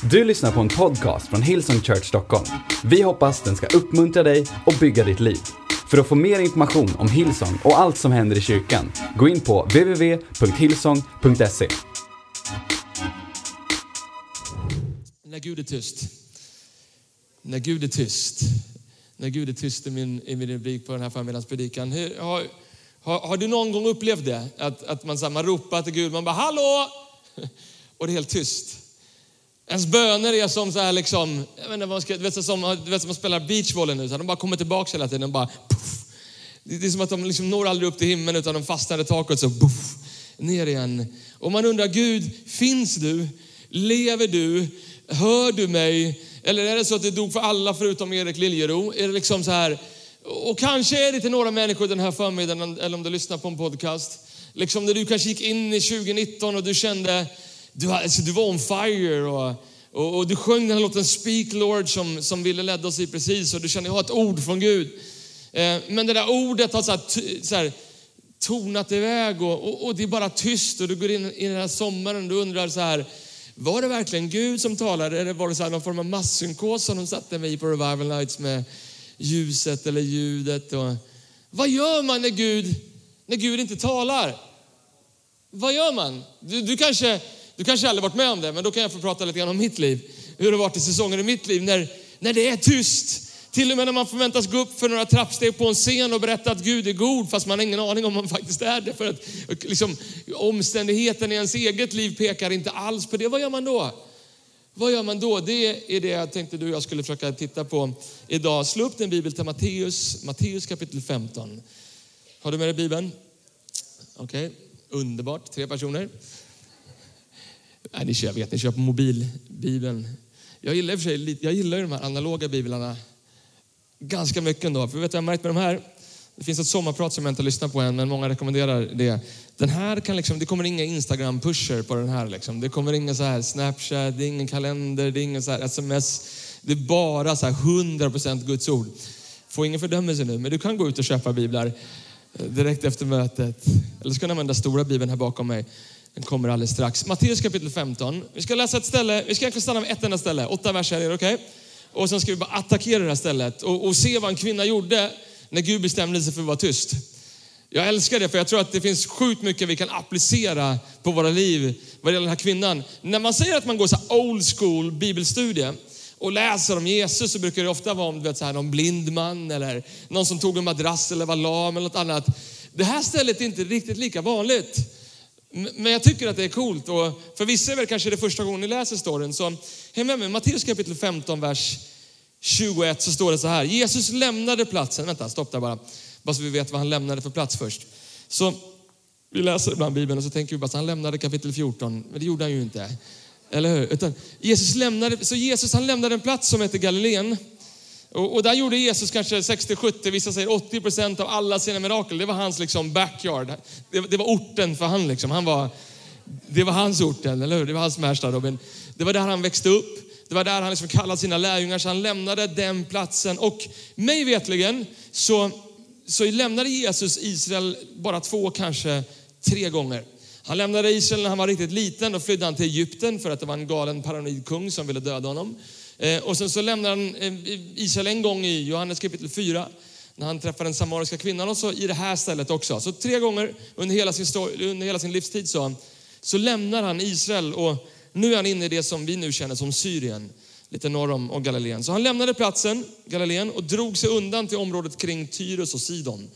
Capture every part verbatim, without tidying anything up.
Du lyssnar på en podcast från Hillsong Church Stockholm. Vi hoppas den ska uppmuntra dig och bygga ditt liv. För att få mer information om Hillsong och allt som händer i kyrkan, gå in på w w w punkt hillsong punkt se. När Gud är tyst. När Gud är tyst. När Gud är tyst är min, är min rubrik på den här förmiddagspredikan. Hur, har, har, har du någon gång upplevt det? Att, att man, så här, man ropar till Gud, man bara hallå! Och det är helt tyst. Ens böner är som så här liksom, jag vet inte vad man ska, du vet som, du vet som man spelar beachvolley nu, så här, de bara kommer tillbaka hela tiden och bara puff. Det är som att de liksom når aldrig upp till himlen utan de fastnar i taket så puff, ner igen. Och man undrar, Gud, finns du? Lever du? Hör du mig? Eller är det så att det dog för alla förutom Erik Liljero? Är det liksom så här? Och kanske är det till några människor den här förmiddagen, eller om du lyssnar på en podcast, liksom när du kanske gick in i tjugo nitton och du kände Du, alltså, du var on fire och, och, och du sjöng den här låten Speak Lord som, som ville ledda oss i precis. Och du kände, jag har ett ord från Gud. Eh, men det där ordet har så här, t- så här, tonat iväg och, och, och det är bara tyst. Och du går in i den här sommaren och du undrar så här, var det verkligen Gud som talade? Eller var det så här någon form av massynkos som de satte mig på Revival Nights med ljuset eller ljudet? Och, vad gör man när Gud, när Gud inte talar? Vad gör man? Du, du kanske... Du kanske aldrig varit med om det, men då kan jag få prata lite grann om mitt liv. Hur det har varit i säsongen i mitt liv när, när det är tyst. Till och med när man förväntas gå upp för några trappsteg på en scen och berätta att Gud är god, fast man har ingen aning om man faktiskt är det. För att liksom, omständigheten i ens eget liv pekar inte alls på det. Vad gör man då? Vad gör man då? Det är det jag tänkte du och jag skulle försöka titta på idag. Slå upp den bibel till Matteus, Matteus kapitel femton. Har du med dig Bibeln? Okej, okay. Underbart. Tre personer. Nej, ni kör, jag vet, ni kör på mobilbibeln. Jag gillar i och för sig, jag gillar de här analoga biblarna ganska mycket ändå. För vet du vad jag märkt med de här? Det finns ett sommarprat som jag inte lyssnar på än, men många rekommenderar det. Den här kan liksom, det kommer inga Instagram-pusher på den här liksom. Det kommer inga så här Snapchat, det är ingen kalender, det är ingen så här sms. Det är bara så här hundra procent Guds ord. Få ingen fördömelse nu, men du kan gå ut och köpa biblar direkt efter mötet. Eller så kan du använda stora bibeln här bakom mig. Den kommer alldeles strax. Matteus kapitel femton. Vi ska läsa ett ställe. Vi ska egentligen stanna med ett enda ställe. Åtta verser, är det okej? Okay? Och sen ska vi bara attackera det här stället. Och, och se vad en kvinna gjorde när Gud bestämde sig för att vara tyst. Jag älskar det, för jag tror att det finns sjukt mycket vi kan applicera på våra liv vad det gäller den här kvinnan. När man säger att man går så här old school bibelstudie och läser om Jesus, så brukar det ofta vara om du vet, så här, någon blind man eller någon som tog en madrass eller var lam eller något annat. Det här stället är inte riktigt lika vanligt. Men jag tycker att det är coolt, och för vissa är väl kanske det första gången ni läser storyn. Så häng med mig, Matteus kapitel femton, vers tjugoett, så står det så här. Jesus lämnade platsen, vänta, stopp där bara. Bara så vi vet vad han lämnade för plats först. Så vi läser ibland Bibeln och så tänker vi bara att han lämnade kapitel fjorton. Men det gjorde han ju inte, eller hur? Utan Jesus lämnade, så Jesus han lämnade en plats som heter Galileen. Och, och där gjorde Jesus kanske sextio sjuttio, vissa säger åttio procent av alla sina mirakel. Det var hans liksom backyard. Det, det var orten för han liksom. Han var, det var hans orten, eller hur? Det var hans smärsta, Robin. Det var där han växte upp. Det var där han liksom kallade sina lärjungar. Så han lämnade den platsen. Och mig vetligen så, så lämnade Jesus Israel bara två, kanske tre gånger. Han lämnade Israel när han var riktigt liten. Då flydde han till Egypten för att det var en galen paranoid kung som ville döda honom. Eh, och sen så lämnar han eh, Israel en gång i Johannes kapitel fyra när han träffar den samariska kvinnan, och så i det här stället också. Så tre gånger under hela sin, story, under hela sin livstid så, så lämnar han Israel, och nu är han inne i det som vi nu känner som Syrien, lite norr om och Galileen. Så han lämnade platsen, Galileen, och drog sig undan till området kring Tyrus och Sidon.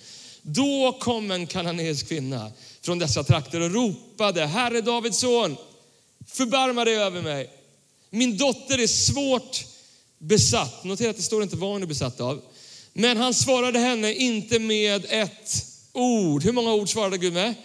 Då kom en kananeisk kvinna från dessa trakter och ropade: Herre Davids son, förbarma dig över mig. Min dotter är svårt besatt. Notera att det står inte vad hon är besatt av. Men han svarade henne inte med ett ord. Hur många ord svarade Gud med?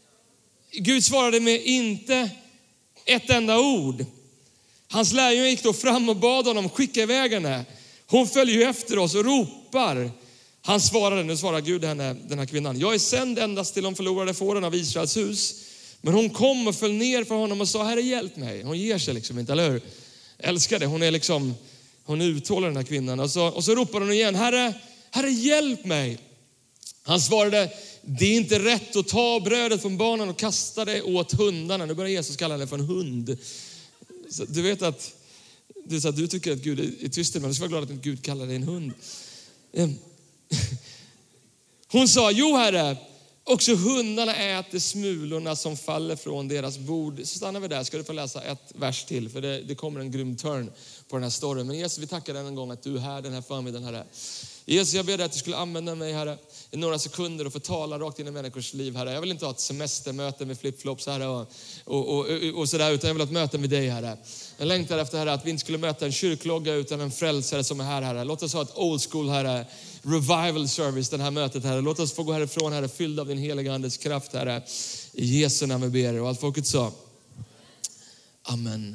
Gud svarade med inte ett enda ord. Hans lärjungar gick då fram och bad honom skicka iväg henne. Hon följer ju efter oss och ropar. Han svarade, nu svarar Gud henne, den här kvinnan: jag är sänd endast till de förlorade fåren av Israels hus. Men hon kom och föll ner för honom och sa: Herre, hjälp mig. Hon ger sig liksom inte, eller hur? Älskar det. Hon är liksom, hon uthåller den här kvinnan. Och så, och så ropar hon igen: Herre, Herre, hjälp mig. Han svarade: det är inte rätt att ta brödet från barnen och kasta det åt hundarna. Nu börjar Jesus kalla det för en hund. Så du vet att Du, så att du tycker att Gud är tyst, men du ska vara glad att Gud kallar dig en hund. Hon sa, jo Herre, också hundarna äter smulorna som faller från deras bord. Så stannar vi där, ska du få läsa ett vers till, för det, det kommer en grym turn på den här storyn. Men Jesus, vi tackar dig en gång att du är här den här förmiddagen, Herre. Jesus, jag ber dig att du skulle använda mig, Herre, i några sekunder och få tala rakt in i människors liv, Herre. Jag vill inte ha ett semestermöte med flipflops, Herre, och, och, och, och sådär, utan jag vill ha ett möte med dig, Herre. Jag längtar efter, Herre, att vi inte skulle möta en kyrklogga utan en frälsare som är här, Herre. Låt oss ha ett old school, Herre, revival service, den här mötet, Herre. Låt oss få gå härifrån, Herre, fylld av din heliga andes kraft, Herre. I Jesu namn vi ber. Och allt folket sa, amen.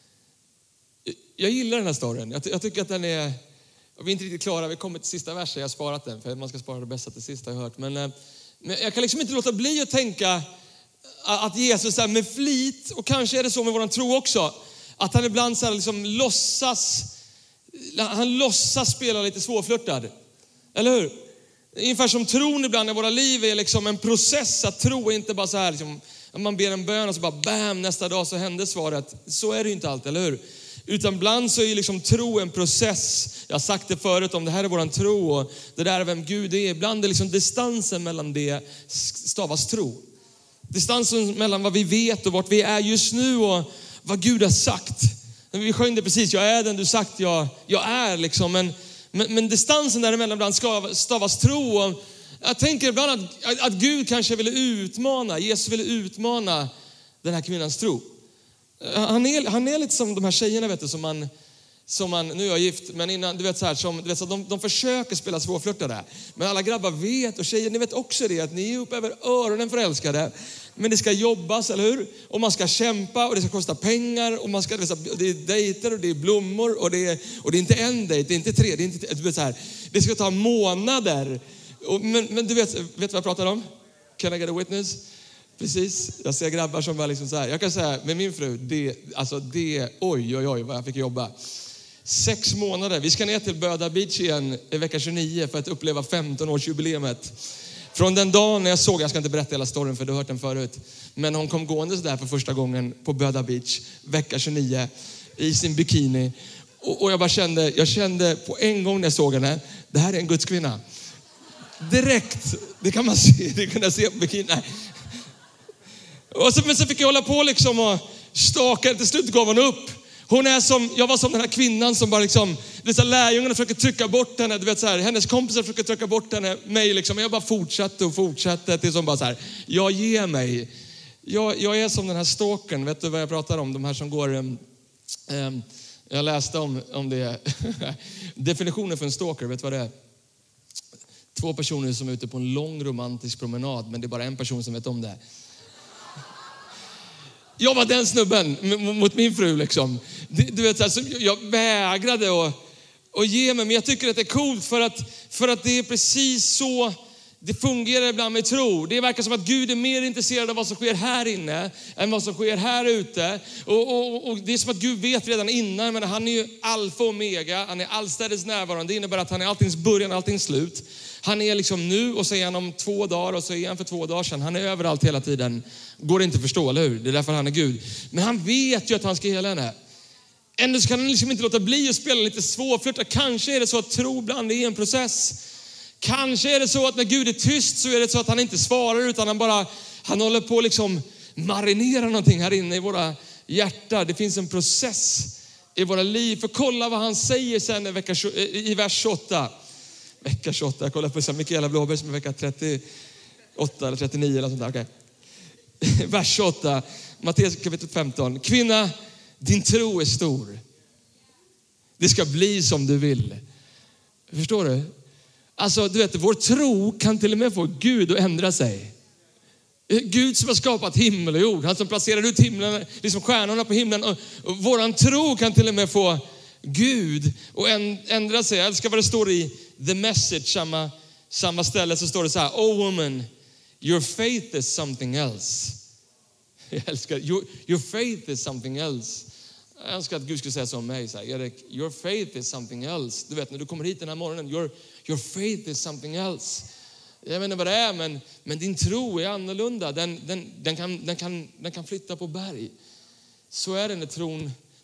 Jag gillar den här storyn. Jag, jag tycker att den är... Vi är inte riktigt klara, vi kommer till sista versen. Jag har sparat den, för man ska spara det bästa till sista, jag har hört. Men, men jag kan liksom inte låta bli att tänka att Jesus är med flit, och kanske är det så med våran tro också, att han ibland så här liksom låtsas, han låtsas spela lite svårflörtad. Eller hur? Ungefär som tron ibland i våra liv är liksom en process. Att tro är inte bara så här, liksom, man ber en bön och så bara bam, nästa dag så händer svaret. Så är det ju inte alltid, eller hur? Utan ibland så är ju liksom tro en process. Jag har sagt det förut, om det här är våran tro och det där är vem Gud är. Ibland är liksom distansen mellan det stavas tro. Distansen mellan vad vi vet och vart vi är just nu och vad Gud har sagt. Vi sjöng det precis, jag är den du sagt jag, jag är liksom. Men, men, men distansen däremellan ibland stavas tro. Och jag tänker ibland att, att Gud kanske ville utmana, Jesus ville utmana den här kvinnans tro. Han är, han är lite som de här tjejerna, vet du, som man, som man, nu är jag gift, men innan, du vet så här, som, du vet, så de, de försöker spela svårflörtade. Men alla grabbar vet, och tjejer, ni vet också det, att ni är uppe över öronen förälskade. Men det ska jobbas, eller hur? Och man ska kämpa, och det ska kosta pengar, och man ska, det är dejter, och det är blommor, och det är, och det är inte en dejt, det är inte tre, det är inte, du vet så här, det ska ta månader. Och, men, men du vet, vet vad jag pratar om? Can I get a witness? Precis, jag ser grabbar som var liksom så här. Jag kan säga med min fru, det, alltså det, oj oj oj vad jag fick jobba. Sex månader, vi ska ner till Böda Beach igen i vecka tjugonio för att uppleva femton-årsjubileumet. Från den dagen när jag såg, jag ska inte berätta hela storyn för du har hört den förut. Men hon kom gående där för första gången på Böda Beach, vecka tjugonio, i sin bikini. Och, och jag bara kände, jag kände på en gång när jag såg henne, det här är en Guds kvinna. Direkt, det kan man se, det kan jag se på bikini. Nej. Och så, men så fick jag hålla på liksom och staka, till slut gav hon upp. Hon är som, jag var som den här kvinnan som bara liksom, dessa lärjungarna försöker trycka bort henne, du vet så här, hennes kompisar försöker trycka bort henne, mig liksom. Jag bara fortsatte och fortsatte till som bara så här, jag ger mig. Jag, jag är som den här stalkern, vet du vad jag pratar om? De här som går, um, um, jag läste om, om det. Definitionen för en stalker, vet du vad det är? Två personer som är ute på en lång romantisk promenad, men det är bara en person som vet om det. Jag var den snubben mot min fru liksom. Du vet, alltså, jag vägrade att, att ge mig. Men jag tycker att det är coolt för att, för att det är precis så det fungerar ibland med tro. Det verkar som att Gud är mer intresserad av vad som sker här inne än vad som sker här ute. Och, och, och det är som att Gud vet redan innan. Men han är ju alfa och omega. Han är allstädes närvarande. Det innebär att han är alltings början, alltings slut. Han är liksom nu och så är han om två dagar och så är han för två dagar sedan. Han är överallt hela tiden. Går det inte att förstå, eller hur? Det är därför han är Gud. Men han vet ju att han ska hela henne. Ändå så kan han liksom inte låta bli att spela lite svårflörtad. Kanske är det så att tro ibland är en process. Kanske är det så att när Gud är tyst så är det så att han inte svarar utan han bara, han håller på liksom marinera någonting här inne i våra hjärtan. Det finns en process i våra liv. För kolla vad han säger sen i, vecka, i vers tjugoåtta. Vecka tjugoåtta, jag kollar på Mikaela Blåberg som är vecka trettioåtta eller trettionio eller sånt där. Okay. Vers tjugoåtta, Matteus kapitel femton. Kvinna, din tro är stor. Det ska bli som du vill. Förstår du? Alltså, du vet, vår tro kan till och med få Gud att ändra sig. Gud som har skapat himmel och jord. Han som placerar ut himlen, liksom stjärnorna på himlen. Och, och våran tro kan till och med få Gud att ändra sig. Jag älskar vad det står i The Message, samma, samma ställe så står det så här. Oh woman, your faith is something else. Jag älskar, your, your faith is something else. Jag önskar att Gud skulle säga så om mig. Så här, Erik, your faith is something else. Du vet, när du kommer hit den här morgonen, your, your faith is something else. Jag vet inte vad det är, men, men din tro är annorlunda. Den, den, den, kan, den, kan, den kan flytta på berg. Så är det när tron,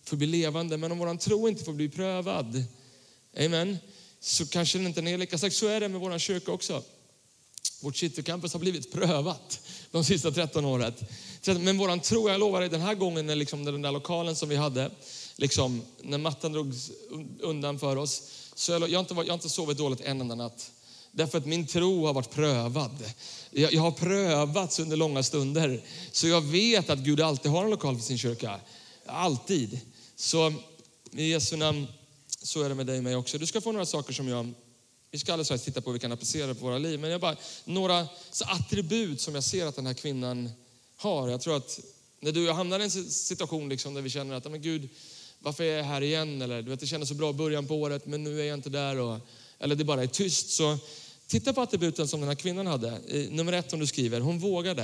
får bli levande. Men om våran tro inte får bli prövad, amen, så kanske den inte är lika stark. Så är det med våran kyrka också. Vårt Citycampus har blivit prövat de sista tretton året. Men våran tro, jag lovar dig, den här gången när liksom den där lokalen som vi hade, liksom, när mattan drogs undan för oss, så jag, jag, har inte, jag har inte sovit dåligt en enda natt. Därför att min tro har varit prövad. Jag, jag har prövats under långa stunder. Så jag vet att Gud alltid har en lokal för sin kyrka. Alltid. Så i Jesu namn så är det med dig och mig också. Du ska få några saker som jag... Vi ska alldeles strax titta på hur vi kan applicera det på våra liv. Men jag bara, några så attribut som jag ser att den här kvinnan har. Jag tror att när du och jag hamnar i en situation liksom där vi känner att, men Gud, varför är jag här igen? Eller du vet, det kändes så bra i början på året, men nu är jag inte där. Och, eller det bara är tyst. Så titta på attributen som den här kvinnan hade. I, nummer ett, om du skriver, hon vågade.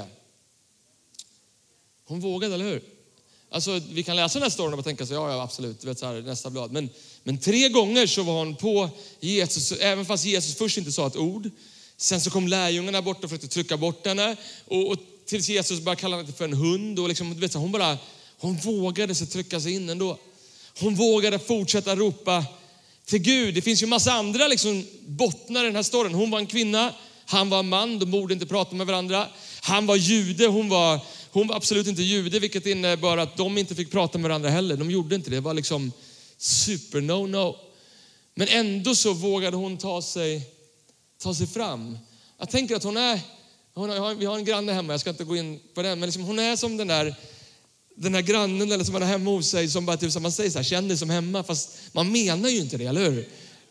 Hon vågade, eller hur? Alltså, vi kan läsa den här storyn och tänka så, ja, ja absolut, du vet, så här, nästa blad. Men, men tre gånger så var hon på Jesus, även fast Jesus först inte sa ett ord. Sen så kom lärjungarna bort och försökte trycka bort henne. Och, och tills Jesus bara kallade henne för en hund. Och liksom, du vet, så hon bara, hon vågade sig trycka sig in ändå. Hon vågade fortsätta ropa till Gud. Det finns ju massa andra liksom, bottnar i den här storyn. Hon var en kvinna, han var en man, de borde inte prata med varandra. Han var jude, hon var... Hon var absolut inte jude, vilket innebär att de inte fick prata med varandra heller. De gjorde inte det. Det var liksom super no-no. Men ändå så vågade hon ta sig, ta sig fram. Jag tänker att hon är... Hon har, vi har en granne hemma, jag ska inte gå in på den. Men liksom hon är som den där, den där grannen eller som man har hemma hos sig. Som bara typ som man säger så här, känner som hemma. Fast man menar ju inte det, eller hur?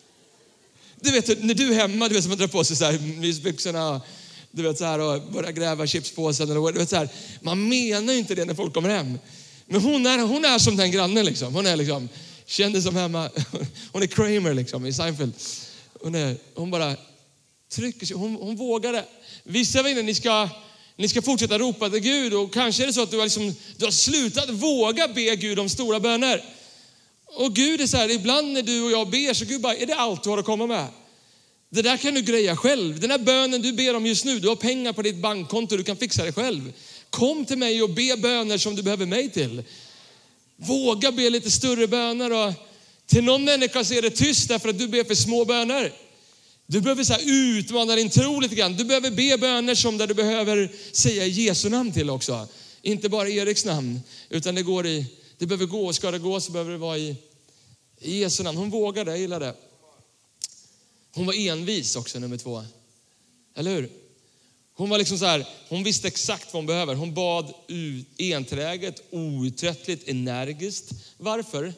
Du vet, när du är hemma, du vet som man drar på sig så här mysbyxorna... Du vet så här, och börja gräva chipspåsen eller du vet så här. Man menar ju inte det när folk kommer hem. Men hon är hon är som den grannen liksom. Hon är liksom kände som hemma. Hon är Kramer liksom i Seinfeld. Hon är hon bara trycker sig. Hon, hon vågade. Vissa vänner, ni ska ni ska fortsätta ropa till Gud, och kanske är det så att du har liksom du har slutat våga be Gud om stora böner. Och Gud är så här, ibland när du och jag ber så Gud bara, är det allt du har att komma med? Det där kan du greja själv. Den här bönen du ber om just nu, du har pengar på ditt bankkonto, du kan fixa det själv. Kom till mig och be böner som du behöver mig till. Våga be lite större böner. Och till någon människa så är det tyst därför att du ber för små böner. Du behöver så här utmana din tro lite grann. Du behöver be böner som där du behöver säga Jesu namn till också. Inte bara Eriks namn, utan det går i, det behöver gå, ska det gå så behöver det vara i, i Jesu namn. Hon vågade, jag gillar det. Hon var envis också, nummer två. Eller hur? Hon var liksom så här, hon visste exakt vad hon behöver. Hon bad enträget, outtröttligt, energiskt. Varför?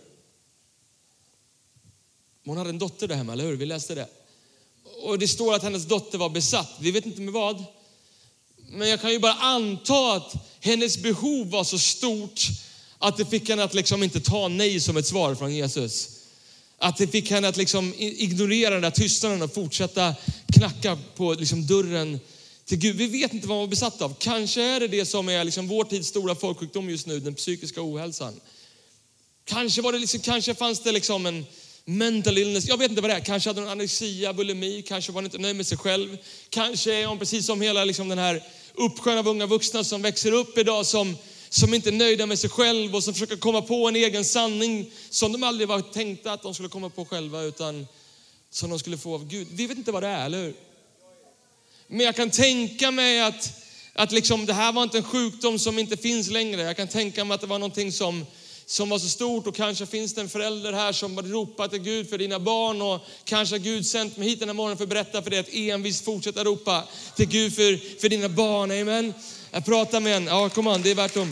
Hon hade en dotter där hemma, eller hur? Vi läste det. Och det står att hennes dotter var besatt. Vi vet inte med vad. Men jag kan ju bara anta att hennes behov var så stort att det fick henne att liksom inte ta nej som ett svar från Jesus. Att det fick henne att liksom ignorera den där tystnaden och fortsätta knacka på liksom dörren till Gud. Vi vet inte vad hon var besatt av. Kanske är det det som är liksom vår tids stora folksjukdom just nu, den psykiska ohälsan. Kanske var det liksom, kanske fanns det liksom en mental illness. Jag vet inte vad det är. Kanske hade hon anorexia, bulimi. Kanske var hon inte nöjd med sig själv. Kanske är hon precis som hela liksom den här uppsjön av unga vuxna som växer upp idag som Som inte är nöjda med sig själv och som försöker komma på en egen sanning som de aldrig var tänkta att de skulle komma på själva, utan som de skulle få av Gud. Vi vet inte vad det är, eller hur? Men jag kan tänka mig att, att liksom, det här var inte en sjukdom som inte finns längre. Jag kan tänka mig att det var någonting som, som var så stort, och kanske finns det en förälder här som har ropat till Gud för dina barn, och kanske har Gud sänt mig hit den här morgonen för att berätta för dig att envist fortsätta ropa till Gud för, för dina barn. Amen. Jag pratar med en. Ja, kom on, det är värt om.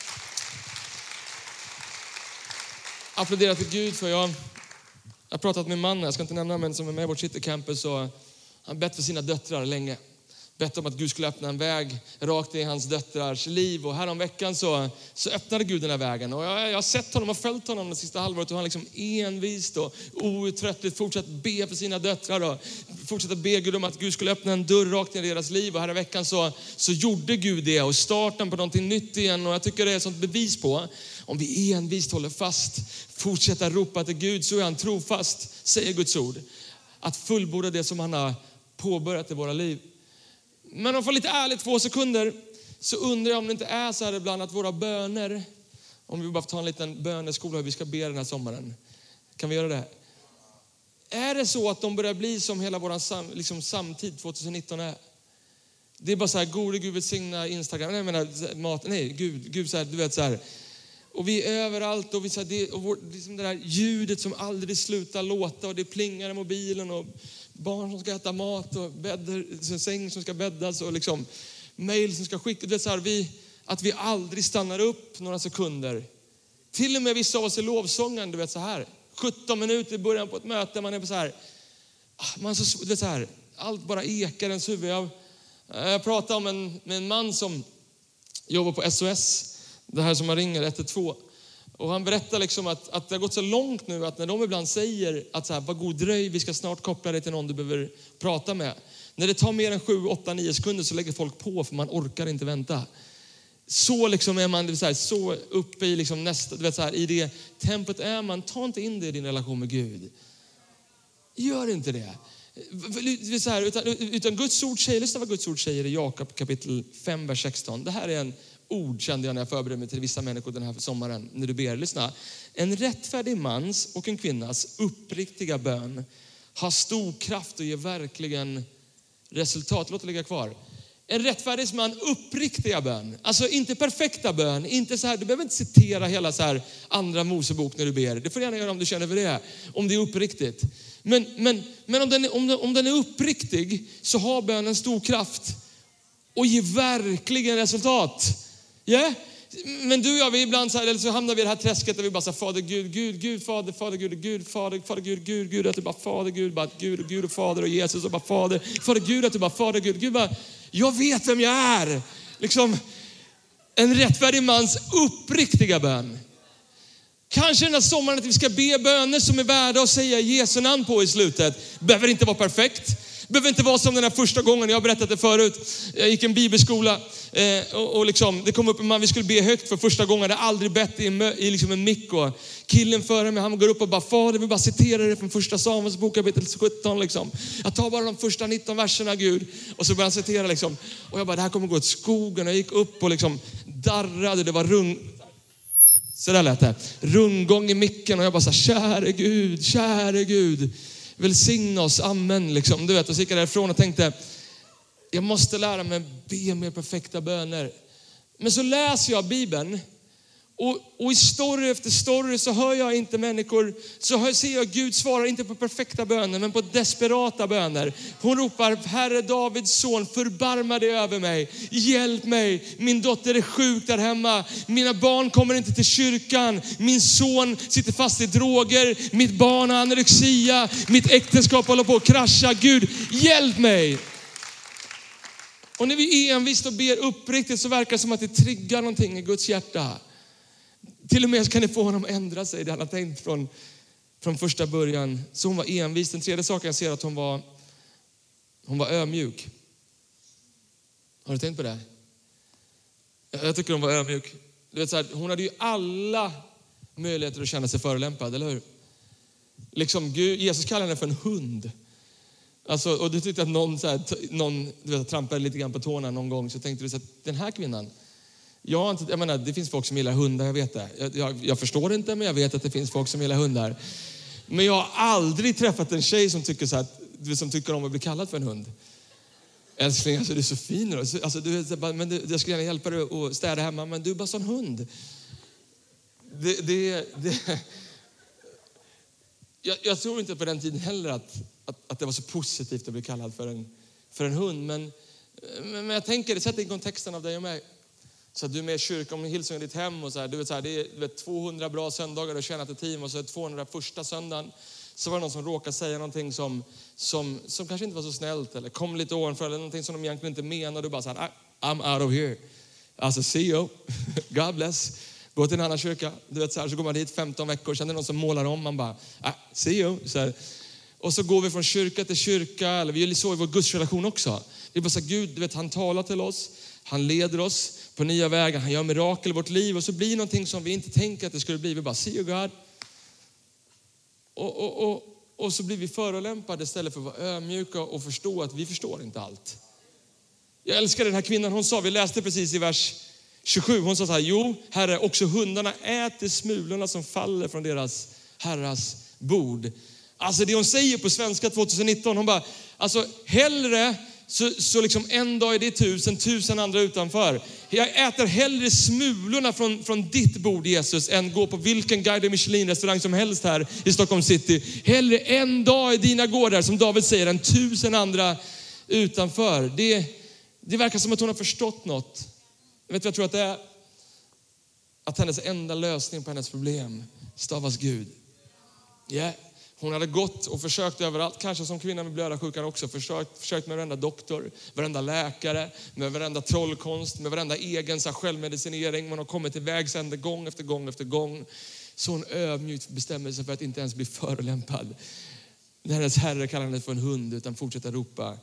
Applådera till Gud för jag har pratat med en man, jag ska inte nämna, men som är med i vårt Citycampus, och han har bett för sina döttrar länge. Bett om att Gud skulle öppna en väg rakt i hans döttrars liv. Och här om veckan så, så öppnade Gud den här vägen. Och jag, jag har sett honom och följt honom det sista halvåret. Och han liksom envist och outtröttligt fortsatt be för sina döttrar. Och fortsatt be Gud om att Gud skulle öppna en dörr rakt in i deras liv. Och här i veckan så, så gjorde Gud det. Och starten på någonting nytt igen. Och jag tycker det är ett sånt bevis på. Om vi envist håller fast, fortsätter ropa till Gud, så är han trofast, säger Guds ord. Att fullborda det som han har påbörjat i våra liv. Men om jag får lite ärligt två sekunder, så undrar jag om det inte är så här ibland att våra böner, Om vi bara får ta en liten böneskola hur vi ska be den här sommaren. Kan vi göra det? Är det så att de börjar bli som hela vår sam, liksom samtid tjugonitton är? Det är bara så här, gode Gud välsigna Instagram. Nej, jag menar, mat, nej, Gud, Gud så här, du vet så här. Och vi är överallt och, vi, så här, det, och vår, liksom det där ljudet som aldrig slutar låta och det plingar i mobilen och barn som ska äta mat och bäddar, säng som ska bäddas och liksom mejl som ska skickas. Du vet så här, vi, att vi aldrig stannar upp några sekunder. Till och med vissa av oss i lovsången, du vet så här. sjutton minuter i början på ett möte, man är på så här. Man så, du vet så här, allt bara ekar ens huvud. Jag, jag pratade om en, med en man som jobbar på S O S. Det här som man ringer ett ett två. Och han berättar liksom att, att det har gått så långt nu att när de ibland säger att så här, var god dröj, vi ska snart koppla dig till någon du behöver prata med. När det tar mer än sju, åtta, nio sekunder så lägger folk på för man orkar inte vänta. Så liksom är man så, här, så uppe i liksom nästa, du vet så här, i det tempot är man. Ta inte in det i din relation med Gud. Gör inte det. Så här, utan, utan Guds ord säger, lyssna vad Guds ord säger i Jakob kapitel fem, vers sexton. Det här är en ord kände jag när jag förberedde mig till vissa människor den här sommaren. När du ber, lyssna. En rättfärdig mans och en kvinnas uppriktiga bön har stor kraft och ger verkligen resultat. Låt det ligga kvar. En rättfärdig man uppriktiga bön. Alltså inte perfekta bön. Inte så här, du behöver inte citera hela så här andra Mosebok när du ber. Det får du gärna göra om du känner för det. Om det är uppriktigt. Men, men, men om, den är, om, den, om den är uppriktig så har bönen stor kraft. Och ger verkligen resultat. Ja? Yeah? Men du och jag, vi ibland så här, eller så hamnar vi i det här träsket där vi bara säger Fader Gud, Gud, Gud, Fader, Fader Gud, Gud, Fader, Fader Gud, Gud, Gud, att du bara Fader Gud, bara Gud, Gud och Fader och Jesus och bara Fader, Fader Gud, att du bara Fader Gud, Gud bara, jag vet vem jag är. Liksom en rättfärdig mans uppriktiga bön. Kanske den här sommaren att vi ska be böner som är värda att säga Jesu namn på i slutet. Behöver inte vara perfekt. Behöver inte vara som den här första gången, jag har berättat det förut. Jag gick en bibelskola eh, och, och liksom, det kom upp en man, vi skulle be högt för första gången. Jag hade aldrig bett i, i liksom en mick och killen före mig, han går upp och bara, Fader, vi bara citerar det från första Samuels bok kapitel sjutton liksom. Jag tar bara de första nitton verserna Gud. Och så börjar han citera liksom. Och jag bara, det här kommer gå åt skogen. Jag gick upp och liksom darrade, det var rung. Så där lät det. Rundgång i micken och jag bara så här, käre Gud, käre Gud. Välsigna oss, amen liksom. Du vet, och så gick jag därifrån och tänkte, jag måste lära mig be mer perfekta böner. Men så läser jag Bibeln och, och i story efter story så hör jag inte människor, så hör, ser jag Gud svarar inte på perfekta böner men på desperata böner. Hon ropar, Herre Davids son, förbarma dig över mig, hjälp mig, min dotter är sjuk där hemma, mina barn kommer inte till kyrkan, min son sitter fast i droger, mitt barn har anorexia, mitt äktenskap håller på att krascha, Gud hjälp mig. Och när vi envist och ber uppriktigt så verkar det som att det triggar någonting i Guds hjärta. Till och med kan det få honom att ändra sig. Det han har tänkt från, från första början. Så hon var envis. Den tredje saken jag ser att hon var, hon var ödmjuk. Har du tänkt på det? Jag tycker hon var ödmjuk. Du vet så här, hon hade ju alla möjligheter att känna sig förolämpad, eller hur? Liksom Gud, Jesus kallar henne för en hund. Alltså, och du tyckte att någon, så här, någon du vet, trampade lite grann på tårna någon gång. Så tänkte du så att den här kvinnan, jag, inte, jag menar, det finns folk som gillar hundar, jag vet det. Jag, jag, jag förstår det inte, men jag vet att det finns folk som gillar hundar. Men jag har aldrig träffat en tjej som tycker, så att, som tycker om att bli kallad för en hund. Älskling, alltså, du är så fin. Alltså, du, men du, jag skulle gärna hjälpa dig att städa hemma, men du är bara sån hund. Det, det, det, jag, jag tror inte på den tiden heller att, att, att det var så positivt att bli kallad för en, för en hund. Men, men jag tänker, det sätter in kontexten av dig och mig. Så att du är med i kyrkan, om Hillsong i ditt hem och så här, du vet så här, det är du vet, tvåhundra bra söndagar och tjänat ett team och så är det tvåhundra första söndagen. Så var det någon som råkade säga någonting som, som, som kanske inte var så snällt eller kom lite ovanför eller någonting som de egentligen inte menar. Och du bara så här, I'm out of here. Alltså, see you. God bless. Gå till en annan kyrka. Du vet så här, så går man dit femton veckor. Känner någon som målar om. Man bara, ah, see you. Så här. Och så går vi från kyrka till kyrka. Eller vi gör så i vår gudsrelation också. Det är bara så här, Gud, du vet, han talar till oss. Han leder oss på nya vägar. Han gör mirakel i vårt liv. Och så blir det någonting som vi inte tänker att det skulle bli. Vi bara, see you God. Och, och, och, och så blir vi förolämpade istället för att vara ödmjuka och förstå att vi förstår inte allt. Jag älskar den här kvinnan, hon sa, vi läste precis i vers tjugosju, hon sa så här, jo Herre, också hundarna äter smulorna som faller från deras herras bord. Alltså det hon säger på svenska tjugonitton, hon bara, alltså hellre så, så liksom en dag är det tusen, tusen andra utanför. Jag äter hellre smulorna från, från ditt bord Jesus än gå på vilken Guide Michelin-restaurang som helst här i Stockholm city. Hellre en dag i dina gårdar, som David säger, än tusen andra utanför. Det, det verkar som att hon har förstått något. Vet du vad jag tror att det är? Att hennes enda lösning på hennes problem stavas Gud. Ja. Yeah. Hon hade gått och försökt överallt, kanske som kvinna med blödarsjukan också, försökt, försökt med varenda doktor, varenda läkare, med varenda trollkonst, med varenda egen så här, självmedicinering. Man har kommit till vägs ände gång efter gång efter gång. Så hon ödmjukt bestämmer sig för att inte ens bli förolämpad. När hennes herre kallar henne för en hund, utan fortsätter ropa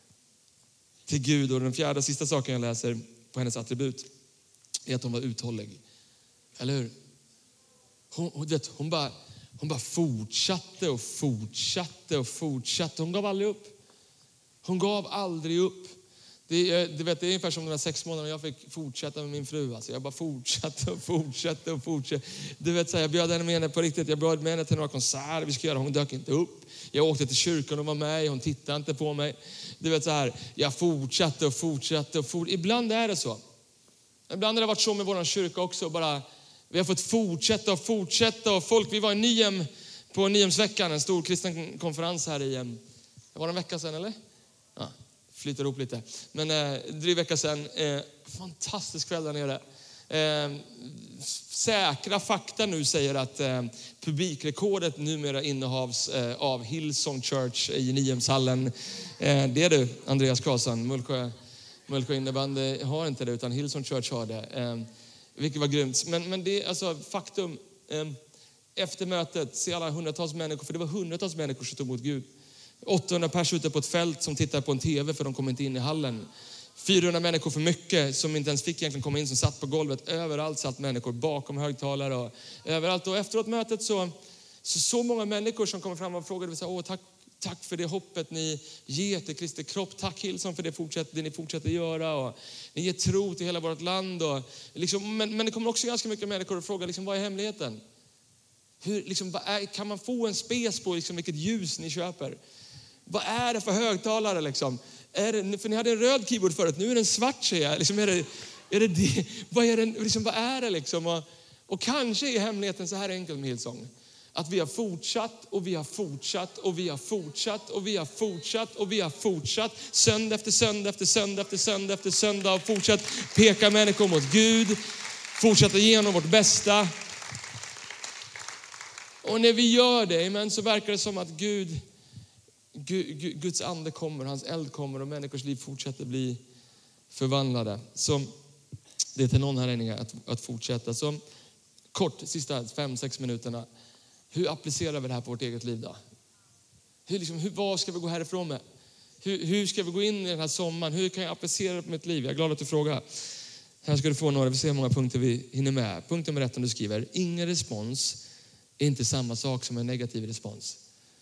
till Gud. Och den fjärde och sista saken jag läser på hennes attribut är att hon var uthållig. Eller hur? Hon, hon, vet, hon bara... Hon bara fortsatte och fortsatte och fortsatte. Hon gav aldrig upp. Hon gav aldrig upp. Det, du vet, det är ungefär som de här sex månaderna jag fick fortsätta med min fru. Alltså jag bara fortsatte och fortsatte och fortsatte. Du vet, så här, jag bjöd henne med henne på riktigt. Jag bjöd med henne till några konserter vi ska göra. Hon dök inte upp. Jag åkte till kyrkan och var med. Hon tittade inte på mig. Du vet så här, jag fortsatte och fortsatte och fortsatte. Ibland är det så. Ibland har det varit så med vår kyrka också. Bara... Vi har fått fortsätta och fortsätta. Och folk, vi var i Nyhem på Nyhemsveckan, en stor kristen konferens här i, det var en vecka sedan eller? Ja, flyter ihop lite. Men eh, dryg vecka sedan, eh, fantastisk kväll där nere. Eh, säkra fakta nu säger att eh, publikrekordet numera innehavs eh, av Hillsong Church i Nyhemshallen. Eh, det är du, Andreas Karlsson. Mullsjö, Mullsjö innebandy har inte det, utan Hillsong Church har det. Eh, Vilket var grymt. Men, men det är alltså faktum. Eh, efter mötet, se alla hundratals människor. För det var hundratals människor som tog emot Gud. åttahundra personer ute på ett fält som tittar på en tv för de kom inte in i hallen. fyrahundra människor för mycket som inte ens fick egentligen komma in, som satt på golvet. Överallt satt människor bakom högtalare och överallt. Och efteråt mötet så, så så många människor som kom fram och frågade. Så, Åh, tack, tack för det hoppet ni ger till Kristi kropp. Tack Hillsong för det, fortsätt, det ni fortsätter göra. Och ni ger tro till hela vårt land. Och liksom, men, men det kommer också ganska mycket människor och frågar, liksom, vad är hemligheten? Hur, liksom, vad är, kan man få en spes på liksom, vilket ljus ni köper? Vad är det för högtalare? Liksom? Är det, för ni hade en röd keyboard förut, nu är det en svart, ser jag. Liksom, är det, är det det? Vad är det, liksom, vad är det liksom? Och, och kanske är hemligheten så här enkel med Hillsong. Att vi har fortsatt och vi har fortsatt och vi har fortsatt och vi har fortsatt och vi har fortsatt. Söndag efter söndag efter söndag efter söndag efter söndag. Och fortsatt peka människor mot Gud. Fortsätta genom vårt bästa. Och när vi gör det, men så verkar det som att Gud, Gud, Guds ande kommer, hans eld kommer och människors liv fortsätter bli förvandlade. Så det är till någon här inne att, att fortsätta. Så kort, sista fem, sex minuterna. Hur applicerar vi det här på vårt eget liv då? Hur, liksom, hur, vad ska vi gå härifrån med? Hur, hur ska vi gå in i den här sommaren? Hur kan jag applicera det på mitt liv? Jag är glad att du frågar. Här ska du få några, vi ser hur många punkter vi hinner med. Punkt nummer ett, om du skriver: ingen respons är inte samma sak som en negativ respons.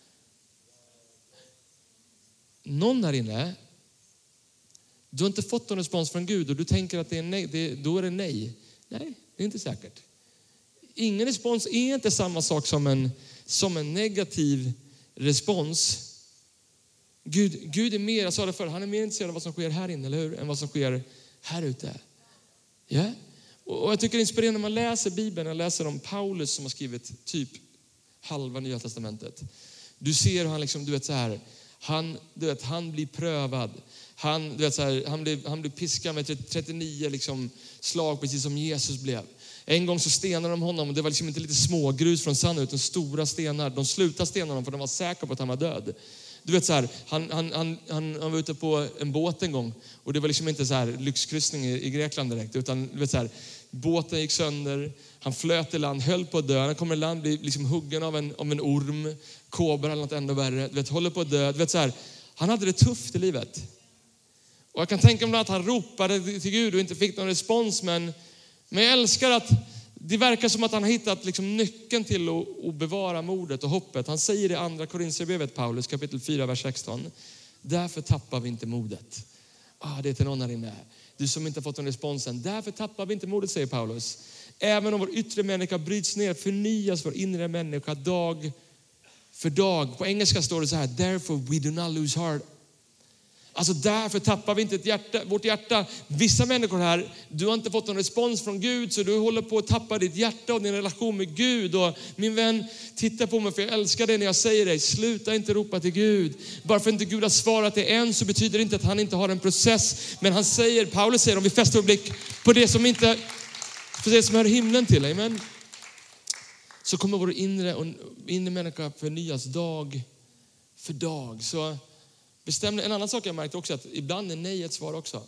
Någon här inne, du har inte fått någon respons från Gud och du tänker att det är nej, det, då är det nej. Nej, det är inte säkert. Ingen respons är inte samma sak som en, som en negativ respons. Gud, Gud är mer, jag sa det förr, han är mer intresserad av vad som sker här inne, eller hur? Än vad som sker här ute. Ja? Och, och jag tycker det är inspirerande när man läser Bibeln. Jag läser om Paulus som har skrivit typ halva Nya Testamentet. Du ser hur han liksom, du vet så här, han, du vet, han blir prövad. Han, du vet så här, han blir, han blir piskad med trettionio liksom, slag, precis som Jesus blev. En gång så stenade de honom och det var liksom inte lite små grus från sanden utan stora stenar. De slutade stena honom för de var säkra på att han var död. Du vet så här, han, han, han, han, han var ute på en båt en gång och det var liksom inte så här lyxkryssning i, i Grekland direkt, utan du vet så här, båten gick sönder, han flöt i land, höll på att dö. Han kommer i land, blir liksom huggen av en, av en orm, kobra eller något ännu värre. Du vet, håller på att dö. Du vet så här, han hade det tufft i livet. Och jag kan tänka mig att han ropade till Gud och inte fick någon respons, men Men jag älskar att det verkar som att han har hittat liksom nyckeln till att, att bevara modet och hoppet. Han säger det i andra Korinthierbrevet, Paulus kapitel fyra, vers sexton. Därför tappar vi inte modet. Ah, det är till någon här inne. Du som inte har fått någon responsen. Därför tappar vi inte modet, säger Paulus. Även om vår yttre människa bryts ner, förnyas vår inre människa dag för dag. På engelska står det så här: therefore we do not lose heart. Alltså därför tappar vi inte ett hjärta, vårt hjärta. Vissa människor här, du har inte fått någon respons från Gud, så du håller på att tappa ditt hjärta och din relation med Gud. Och min vän, titta på mig, för jag älskar dig när jag säger dig. Sluta inte ropa till Gud. Bara för att inte Gud har svarat det än, så betyder det inte att han inte har en process. Men han säger, Paulus säger, om vi fäster vår blick på det som inte, för det som hör himlen till. Amen. Så kommer vår inre och inre människa förnyas dag för dag. Så bestäm en annan sak jag märkt också, att ibland är nej ett svar också.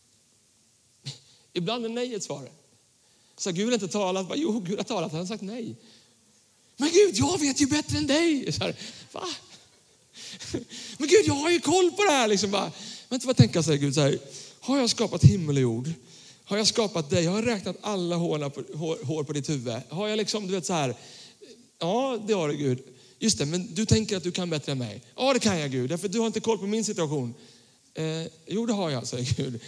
Ibland är nej ett svar. Så Gud har inte talat, bara, jo Gud har talat, han har sagt nej. Men Gud, jag vet ju bättre än dig. Så här, va? Men Gud, jag har ju koll på det här. Liksom bara, vänta, vad tänker jag, säger Gud så här, har jag skapat himmel och jord? Har jag skapat dig? Jag har räknat alla hår på, hår, hår på ditt huvud. Har jag liksom, du vet så här, ja det har du Gud. Just det, men du tänker att du kan bättre än mig. Ja, det kan jag Gud, därför du har inte koll på min situation. Eh, jo, det har jag, säger Gud.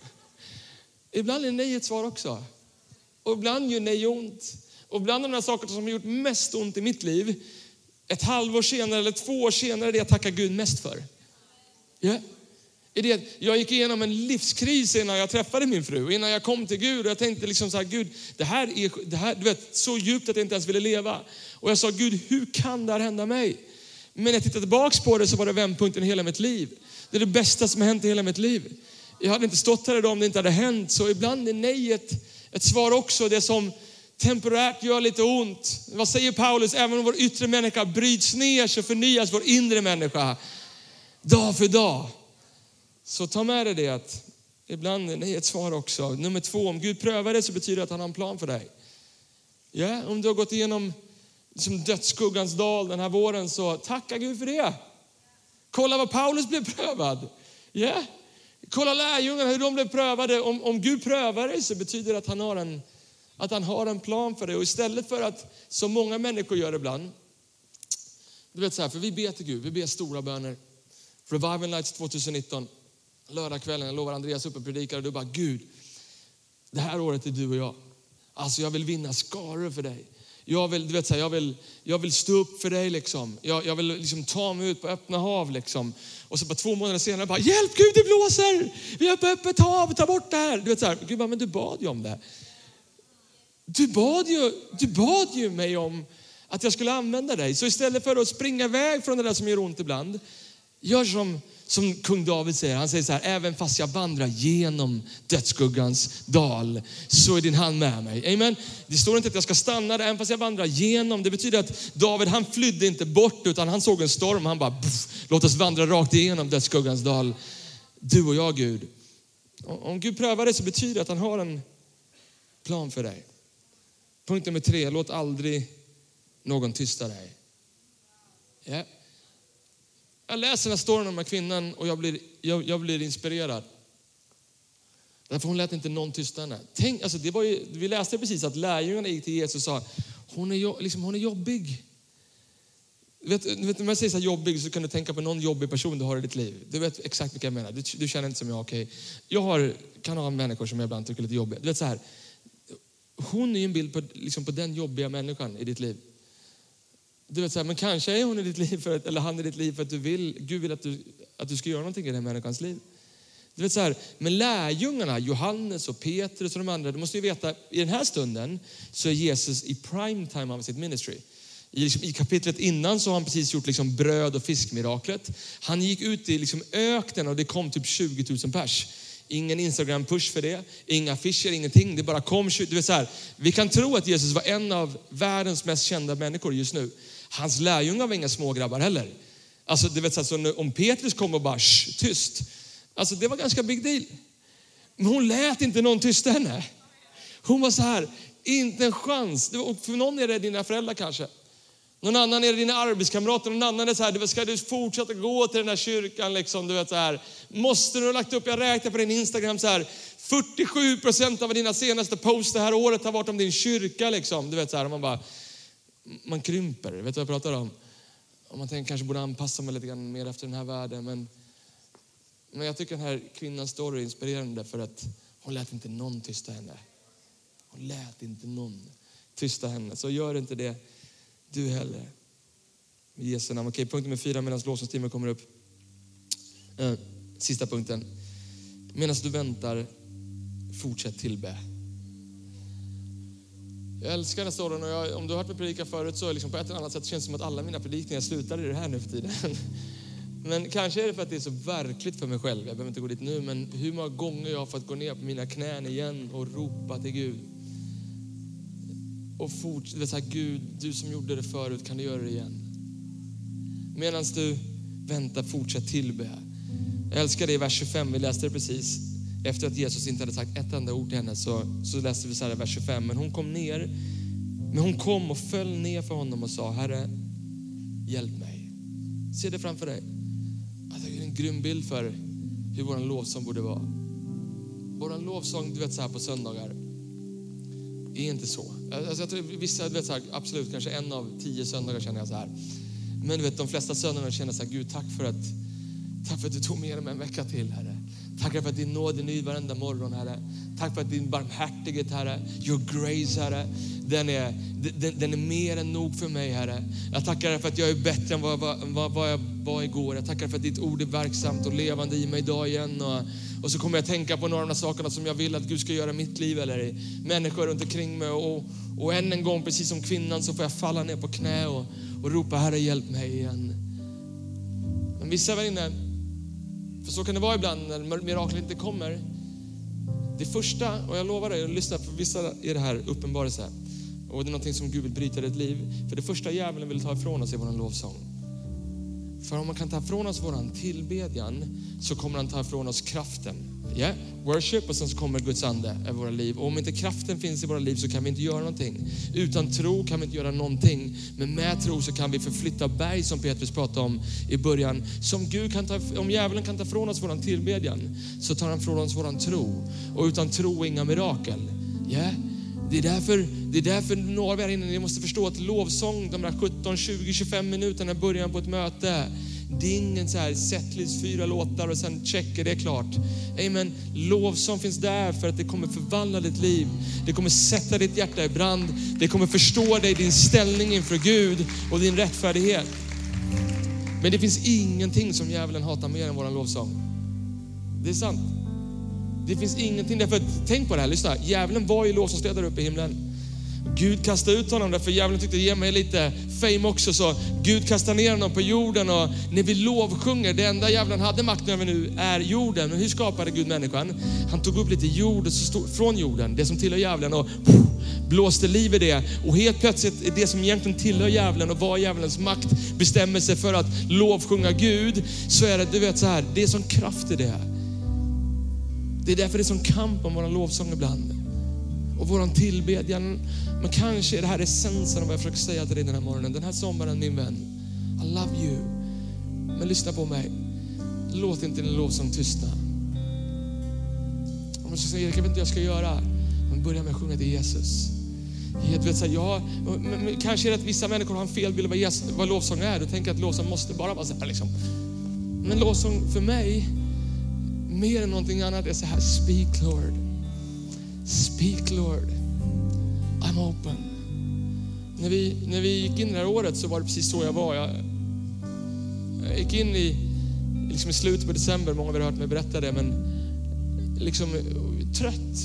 Ibland är nej ett svar också. Och ibland gör nej ont. Och bland de här sakerna som har gjort mest ont i mitt liv, ett halvår senare eller två år senare, är det jag tackar Gud mest för. Ja. Är det, jag gick igenom en livskris innan jag träffade min fru, innan jag kom till Gud, och jag tänkte liksom så här, Gud, det här är det här, du vet, så djupt att jag inte ens ville leva. Och jag sa, Gud, hur kan det här hända mig? Men jag tittade tillbaks på det, så var det vändpunkten i hela mitt liv. Det är det bästa som har hänt i hela mitt liv. Jag hade inte stått här idag om det inte hade hänt. Så ibland är nej ett, ett svar också. Det som temporärt gör lite ont. Vad säger Paulus? Även om vår yttre människa bryts ner, så förnyas vår inre människa dag för dag. Så ta med dig det, att ibland är nej ett svar också. Nummer två, om Gud prövar det, så betyder det att han har en plan för dig. Ja, om du har gått igenom liksom dödsskuggans dal den här våren, så tacka Gud för det. Kolla vad Paulus blev prövad. Ja, kolla lärjungarna hur de blev prövade. Om, om Gud prövar dig, så betyder det att han har en, att han har en plan för dig. Och istället för att, som många människor gör ibland, du vet så här, för vi ber till Gud, vi ber stora böner. Revival Nights tjugonitton, lördagskvällen, jag lovar Andreas uppe och predikar, och du bara, Gud, det här året är du och jag. Alltså jag vill vinna skaror för dig. Jag vill, du vet så här, jag vill, jag vill stå upp för dig liksom. Jag, jag vill liksom ta mig ut på öppna hav liksom. Och så bara två månader senare bara, hjälp Gud, det blåser! Vi är på öppet hav, ta bort det här. Du vet så här, Gud bara, men du bad ju om det. Du bad ju, du bad ju mig om att jag skulle använda dig. Så istället för att springa iväg från det där som gör ont ibland, gör som, som kung David säger. Han säger så här, även fast jag vandrar genom dödsskuggans dal, så är din hand med mig. Amen. Det står inte att jag ska stanna där, även fast jag vandrar genom. Det betyder att David, han flydde inte bort, utan han såg en storm. Han bara, låt oss vandra rakt igenom dödsskuggans dal. Du och jag, Gud. Om Gud prövar det, så betyder det att han har en plan för dig. Punkt nummer tre, låt aldrig någon tysta dig. Ja. Yeah. Jag läser den här storyn om den här kvinnan, och jag blir, jag, jag blir inspirerad. Därför hon lät inte någon tysta henne. Tänk, alltså det var ju, vi läste precis att lärjungarna gick till Jesus och sa, hon är, liksom, hon är jobbig. Du vet, du vet, när man säger så här jobbig, så kan du tänka på någon jobbig person du har i ditt liv. Du vet exakt vilka jag menar. Du, du känner inte som jag, okej. Okay. Jag har, kan ha människor som jag ibland tycker är lite jobbiga. Du vet så här, hon är ju en bild på, liksom på den jobbiga människan i ditt liv. Du vet så här, men kanske är hon i ditt liv för att, eller han i ditt liv för att du vill, Gud vill att du, att du ska göra någonting i den människans liv. Du vet så här, men lärjungarna, Johannes och Petrus och de andra, du måste ju veta, i den här stunden så är Jesus i prime time av sitt ministry. I, liksom, i kapitlet innan så har han precis gjort liksom bröd- och fiskmiraklet. Han gick ut i liksom öknen, och det kom typ tjugo tusen pers. Ingen Instagram-push för det. Inga affischer, ingenting. Det bara kom. Du vet så här, vi kan tro att Jesus var en av världens mest kända människor just nu. Hans lärjungar var inga smågrabbar heller. Alltså, du vet så här, om Petrus kom och bara, shh, tyst. Alltså, det var ganska big deal. Men hon lät inte någon tysta henne. Hon var så här, inte en chans. Och för någon är det dina föräldrar kanske. Någon annan är dina arbetskamrater. Någon annan är så här, ska du fortsätta gå till den här kyrkan liksom, du vet så här. Måste du ha lagt upp, jag räknar på din Instagram så här, fyrtiosju procent av dina senaste posts det här året har varit om din kyrka liksom. Du vet så här, man bara, man krymper, vet du vad jag pratar om? Om man tänker kanske borde anpassa mig lite grann mer efter den här världen. Men, men jag tycker den här kvinnans story är inspirerande, för att Hon lät inte någon tysta henne. Hon lät inte någon tysta henne. Så gör inte det du heller. I Jesu namn. Okej, punkt nummer fyra medan lovsångsteamen kommer upp. Eh, sista punkten. Medan du väntar, fortsätt tillbe. Jag älskar nästa orden och jag, om du har hört mig predika förut så liksom på ett eller annat sätt känns det som att alla mina predikningar slutar i det här nu för tiden. Men kanske är det för att det är så verkligt för mig själv. Jag behöver inte gå dit nu, men hur många gånger jag har fått gå ner på mina knän igen och ropa till Gud. Och fortsätta säga, Gud, du som gjorde det förut, kan du göra det igen? Medan du väntar, fortsätt tillbe. Jag älskar det i vers tjugofem, vi läste det precis. Efter att Jesus inte hade sagt ett enda ord till henne så, så läste vi så här i vers tjugofem. Men hon kom ner, men hon kom och föll ner för honom och sa, Herre, hjälp mig. Se det framför dig. Alltså, det är en grym bild för hur vår lovsång borde vara. Vår lovsång, du vet så här på söndagar, är inte så. Alltså, jag tror vissa, du vet så här, absolut, kanske en av tio söndagar känner jag så här. Men du vet, de flesta söndagar känner så här, Gud, tack för att tack för att du tog med mig en vecka till, Herre. Tack för att din nåd är ny varenda morgon, Herre. Tack för att din barmhärtighet, Herre. Your grace, Herre. Den är, den, den är mer än nog för mig, Herre. Jag tackar för att jag är bättre än vad, vad, vad jag var igår. Jag tackar för att ditt ord är verksamt och levande i mig idag igen. Och, och så kommer jag tänka på några av de sakerna som jag vill att Gud ska göra i mitt liv eller i människor runt omkring mig. Och, och än en gång, precis som kvinnan, så får jag falla ner på knä och, och ropa, Herre, hjälp mig igen. Men vissa var inne. För så kan det vara ibland när miraklet inte kommer. Det första, och jag lovar dig, lyssna, för vissa är det här uppenbarelse. Och det är någonting som Gud vill bryta i ditt liv. För det första djävulen vill ta ifrån oss är våran lovsång. För om man kan ta ifrån oss våran tillbedjan så kommer han ta ifrån oss kraften. Ja, yeah. Worship, och sen så kommer Guds ande i våra liv. Och om inte kraften finns i våra liv så kan vi inte göra någonting. Utan tro kan vi inte göra någonting. Men med tro så kan vi förflytta berg, som Petrus pratade om i början. Som Gud kan ta, om djävulen kan ta ifrån oss våran tillbedjan så tar han ifrån oss våran tro. Och utan tro inga mirakel. Ja, yeah. Det är därför, det är därför några av er inne, ni måste förstå att lovsång, de där sjutton, tjugo, tjugofem minuterna i början på ett möte, det är ingen så här setlist, fyra låtar och sen checkar det är klart. Amen. Lovsång finns där för att det kommer förvandla ditt liv. Det kommer sätta ditt hjärta i brand. Det kommer förstå dig, din ställning inför Gud och din rättfärdighet. Men det finns ingenting som djävulen hatar mer än våran lovsång. Det är sant. Det finns ingenting därför att, tänk på det här, lyssna. Djävulen var ju lovsångsledare uppe i himlen. Gud kastade ut honom därför djävulen tyckte ge mig lite fame också, så Gud kastade ner honom på jorden. Och när vi lovsjunger, det enda djävulen hade makten över nu är jorden. Men hur skapade Gud människan? Han tog upp lite jord och så stod, från jorden, det som tillhör djävulen, och pff, blåste liv i det. Och helt plötsligt är det som egentligen tillhör djävulen och var djävulens makt bestämmer sig för att lovsjunga Gud, så är det, du vet så här, det är sån kraft i det. Det är därför det är sån kamp om våran lovsång ibland. Och våran tillbedjan. Men kanske är det här essensen av vad jag försöker säga till dig den här morgonen. Den här sommaren, min vän. I love you. Men lyssna på mig. Låt inte din lovsång tystna. Om jag ska säga, Erik, jag vet inte vad jag ska göra. Men börja med att sjunga till Jesus. Jag vet, så här, ja, men, men, kanske är det att vissa människor har en fel bild av vad, Jesus, vad lovsång är. Och tänker att lovsång måste bara vara så här liksom. Men lovsång för mig, mer än någonting annat, är så här: speak Lord. Speak Lord. I'm open. När vi, när vi gick in det här året så var det precis så jag var. Jag, jag gick in i, liksom i slutet på december, många av er har hört mig berätta det, men liksom trött.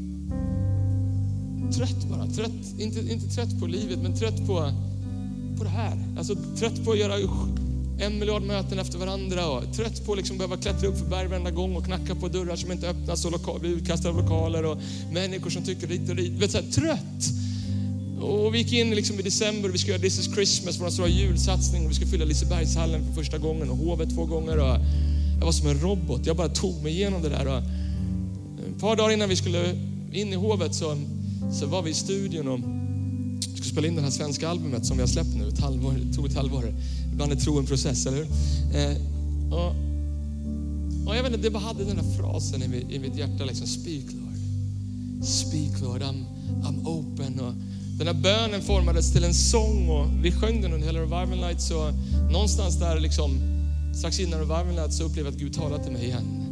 Trött bara. Trött, inte, inte trött på livet, men trött på, på det här. Alltså trött på att göra en miljard möten efter varandra, och trött på att liksom behöva klättra upp för berg varenda gång och knacka på dörrar som inte öppnas och lokal, bli utkastade av lokaler och människor som tycker dit och dit. Vet, så här, trött. Och vi gick in liksom i december och vi ska göra This is Christmas, vår stora julsatsning, och vi ska fylla Lisebergshallen för första gången och hovet två gånger, och jag var som en robot. Jag bara tog mig igenom det där, och ett par dagar innan vi skulle in i hovet så, så var vi i studion och skulle spela in det här svenska albumet som vi har släppt nu. Ett halvår, det tog ett halvår. Ibland är tro en process, eller hur? Eh, och, och jag vet inte, det bara hade den här frasen i mitt, i mitt hjärta, liksom: speak Lord. Speak Lord, I'm, I'm open. Och den här bönen formades till en sång och vi sjöng den under hela Revival Night. Så någonstans där liksom, strax innan Revival Night så upplevde jag att Gud talade till mig igen.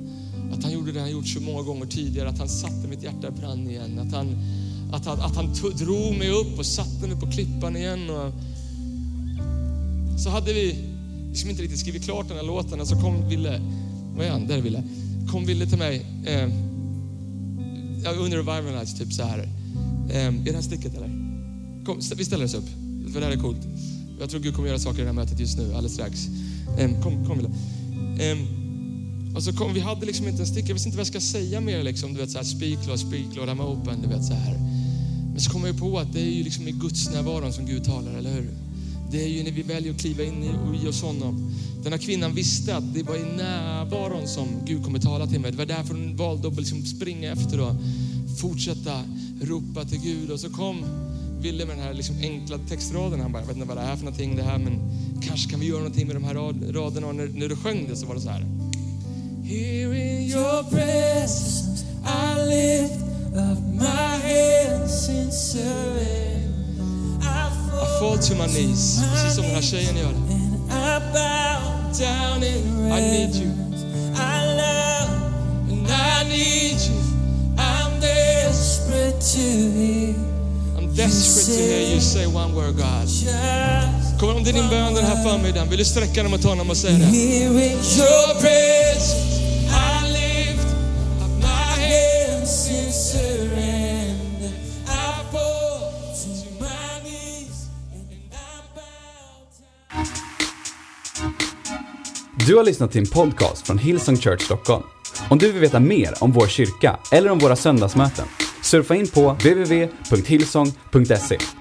Att han gjorde det han gjort så många gånger tidigare. Att han satte mitt hjärta i brand igen. Att han, att han, att han tog, drog mig upp och satte mig på klippan igen. Och så hade vi liksom inte riktigt skrivit klart den här låten. Och så kom Ville, vad är han? Där Ville. Kom Ville till mig. Eh, under Revival Nights typ så här. Eh, är det här sticket eller? Kom, vi ställer oss upp. För det här är coolt. Jag tror Gud kommer göra saker i det här mötet just nu, alldeles strax. Um, kom, kom Ville. Um, och så kom, vi hade liksom inte en stick. Jag visste inte vad jag ska säga mer liksom. Du vet så här, speak Lord, speak Lord, I'm open. Du vet så här. Men så kommer jag på att det är ju liksom i Guds närvaron som Gud talar, eller hur? Det är ju när vi väljer att kliva in i, i oss honom. Den här kvinnan visste att det var i närvaron som Gud kommer tala till mig. Det var därför hon valde att liksom springa efter och fortsätta ropa till Gud. Och så kom Ville med den här liksom enkla textraden. Han bara, jag vet inte vad det är för någonting det här, men kanske kan vi göra någonting med de här rad, raderna. Och när, när du sjöng det så var det så här. Here in your presence I lift up my hands in surrender. I fall to my knees, precis som den här tjejen gör. And I bow down in I need you. I love and I need you. I'm desperate to hear. Desperate to hear you say one word, God. Kommer om det är din bön den här förmiddagen. Vill du sträcka dig mot honom och säga det? Here in your presence I lift up my hands in surrender. I fall to my knees and I bow down. Du har lyssnat till en podcast från Hillsong Church Stockholm. Om du vill veta mer om vår kyrka eller om våra söndagsmöten, surfa in på w w w punkt hillsong punkt se.